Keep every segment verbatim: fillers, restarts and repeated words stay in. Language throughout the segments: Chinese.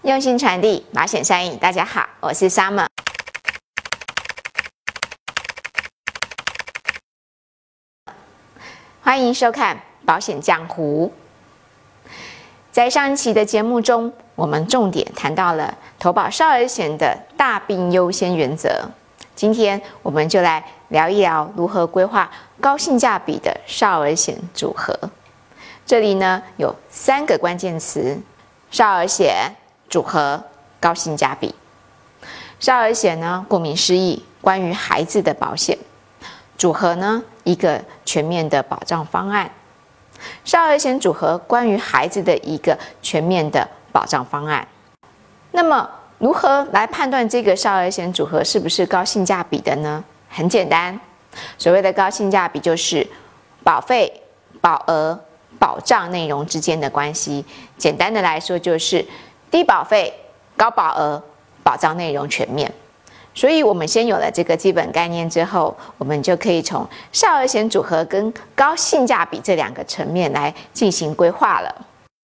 用心传递保险善意。大家好，我是 Summer。欢迎收看《保险江湖》。在上一期的节目中，我们重点谈到了投保少儿险的大病优先原则。今天我们就来聊一聊如何规划高性价比的少儿险组合。这里呢有三个关键词：少儿险组合、高性价比。少儿险呢，顾名思义，关于孩子的保险；组合呢，一个全面的保障方案。少儿险组合关于孩子的一个全面的保障方案。那么，如何来判断这个少儿险组合是不是高性价比的呢？很简单，所谓的高性价比就是保费、保额、保障内容之间的关系。简单的来说，就是低保费、高保额，保障内容全面。所以我们先有了这个基本概念之后，我们就可以从少儿险组合跟高性价比这两个层面来进行规划了。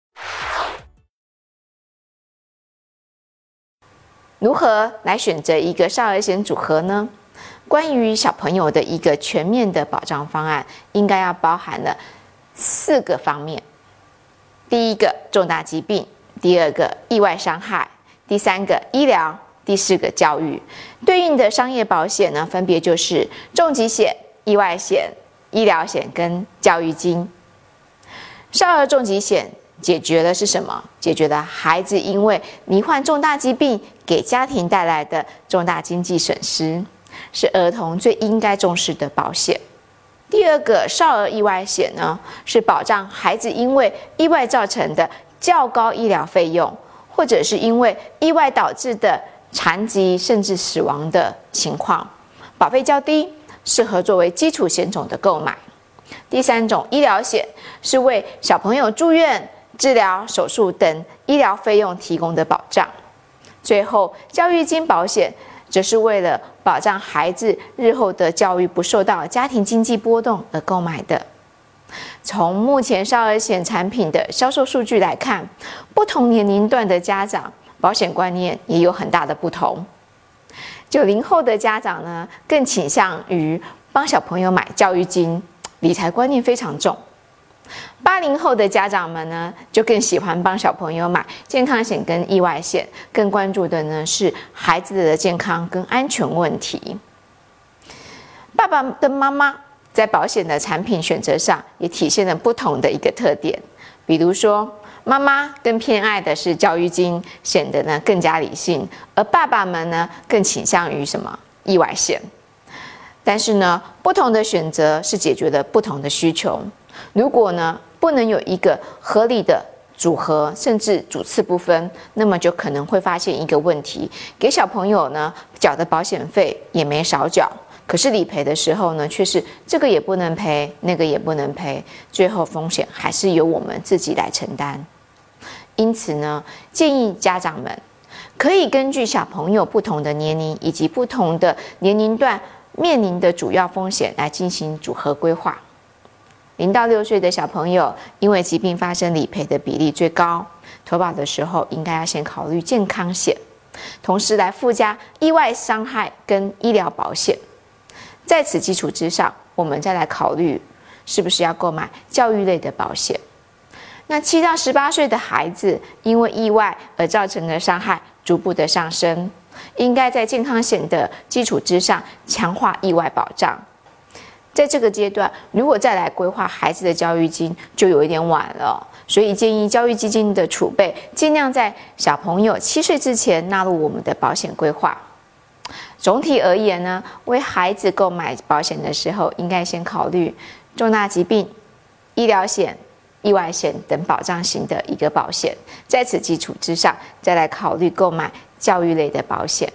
如何来选择一个少儿险组合呢？关于小朋友的一个全面的保障方案，应该要包含了四个方面。第一个，重大疾病；第二个，意外伤害；第三个，医疗；第四个，教育。对应的商业保险呢，分别就是重疾险、意外险、医疗险跟教育金。少儿重疾险解决的是什么？解决了孩子因为罹患重大疾病给家庭带来的重大经济损失，是儿童最应该重视的保险。第二个，少儿意外险呢，是保障孩子因为意外造成的较高医疗费用，或者是因为意外导致的残疾甚至死亡的情况，保费较低，适合作为基础险种的购买。第三种，医疗险是为小朋友住院、治疗、手术等医疗费用提供的保障。最后，教育金保险则是为了保障孩子日后的教育不受到家庭经济波动而购买的。从目前少儿险产品的销售数据来看，不同年龄段的家长保险观念也有很大的不同。九零后的家长呢，更倾向于帮小朋友买教育金，理财观念非常重。八零后的家长们呢，就更喜欢帮小朋友买健康险跟意外险，更关注的呢是孩子的健康跟安全问题。爸爸跟妈妈在保险的产品选择上也体现了不同的一个特点，比如说妈妈更偏爱的是教育金，显得呢更加理性，而爸爸们呢更倾向于什么？意外险。但是呢，不同的选择是解决了不同的需求。如果呢不能有一个合理的组合，甚至主次不分，那么就可能会发现一个问题：给小朋友呢缴的保险费也没少缴，可是理赔的时候呢，却是这个也不能赔，那个也不能赔，最后风险还是由我们自己来承担。因此呢，建议家长们可以根据小朋友不同的年龄以及不同的年龄段面临的主要风险来进行组合规划。零到六岁的小朋友，因为疾病发生理赔的比例最高，投保的时候应该要先考虑健康险，同时来附加意外伤害跟医疗保险。在此基础之上，我们再来考虑是不是要购买教育类的保险。那七到十八岁的孩子，因为意外而造成的伤害逐步的上升，应该在健康险的基础之上强化意外保障。在这个阶段，如果再来规划孩子的教育金，就有一点晚了。所以建议教育基金的储备尽量在小朋友七岁之前纳入我们的保险规划。总体而言呢，为孩子购买保险的时候，应该先考虑重大疾病、医疗险、意外险等保障型的一个保险，在此基础之上，再来考虑购买教育类的保险。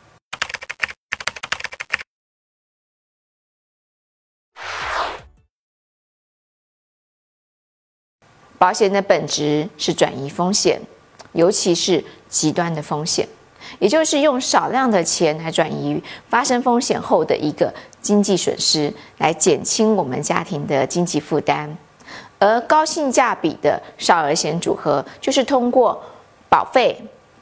保险的本质是转移风险，尤其是极端的风险，也就是用少量的钱来转移发生风险后的一个经济损失，来减轻我们家庭的经济负担。而高性价比的少儿险组合，就是通过保费、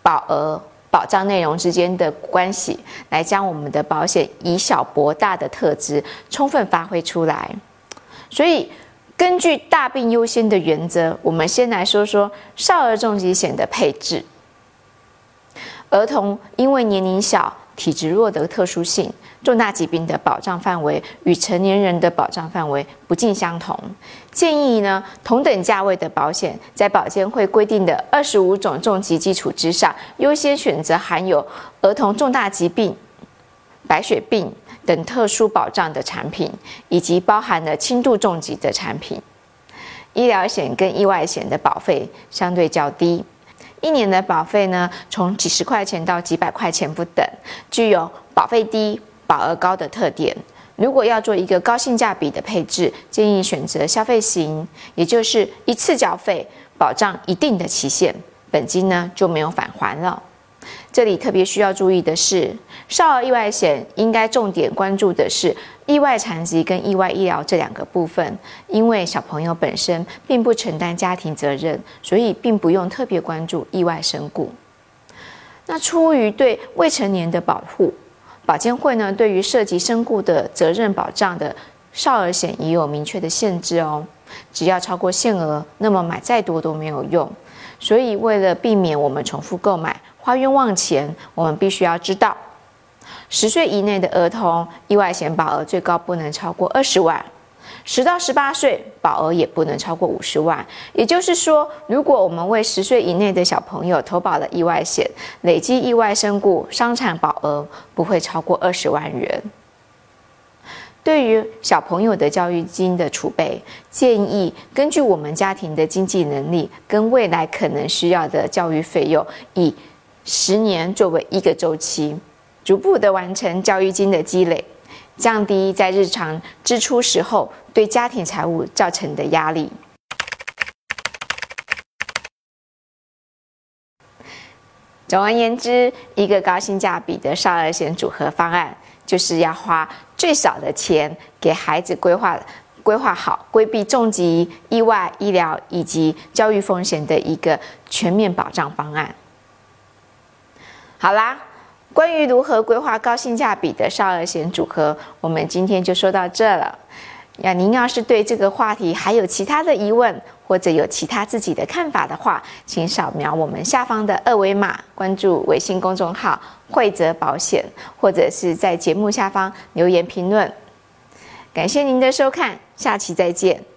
保额、保障内容之间的关系，来将我们的保险以小博大的特质充分发挥出来。所以，根据大病优先的原则，我们先来说说少儿重疾险的配置。儿童因为年龄小、体质弱的特殊性，重大疾病的保障范围与成年人的保障范围不尽相同。建议呢，同等价位的保险，在保监会规定的二十五种重疾基础之上，优先选择含有儿童重大疾病、白血病等特殊保障的产品，以及包含了轻度重疾的产品。医疗险跟意外险的保费相对较低。一年的保费呢，从几十块钱到几百块钱不等，具有保费低、保额高的特点。如果要做一个高性价比的配置，建议选择消费型，也就是一次缴费，保障一定的期限，本金呢就没有返还了。这里特别需要注意的是，少儿意外险应该重点关注的是意外残疾跟意外医疗这两个部分，因为小朋友本身并不承担家庭责任，所以并不用特别关注意外身故。那出于对未成年的保护，保监会呢对于涉及身故的责任保障的少儿险也有明确的限制哦，只要超过限额，那么买再多都没有用。所以为了避免我们重复购买、花冤枉钱，我们必须要知道，十岁以内的儿童意外险保额最高不能超过二十万，十到十八岁保额也不能超过五十万。也就是说，如果我们为十岁以内的小朋友投保了意外险，累计意外身故伤残保额不会超过二十万元。对于小朋友的教育金的储备，建议根据我们家庭的经济能力跟未来可能需要的教育费用，以十年作为一个周期，逐步的完成教育金的积累，降低在日常支出时候对家庭财务造成的压力。总而言之，一个高性价比的少儿险组合方案，就是要花最少的钱给孩子规划规划好规避重疾、意外、医疗以及教育风险的一个全面保障方案。好啦，关于如何规划高性价比的少儿险组合，我们今天就说到这了。那您要是对这个话题还有其他的疑问，或者有其他自己的看法的话，请扫描我们下方的二维码，关注微信公众号惠泽保险，或者是在节目下方留言评论。感谢您的收看，下期再见。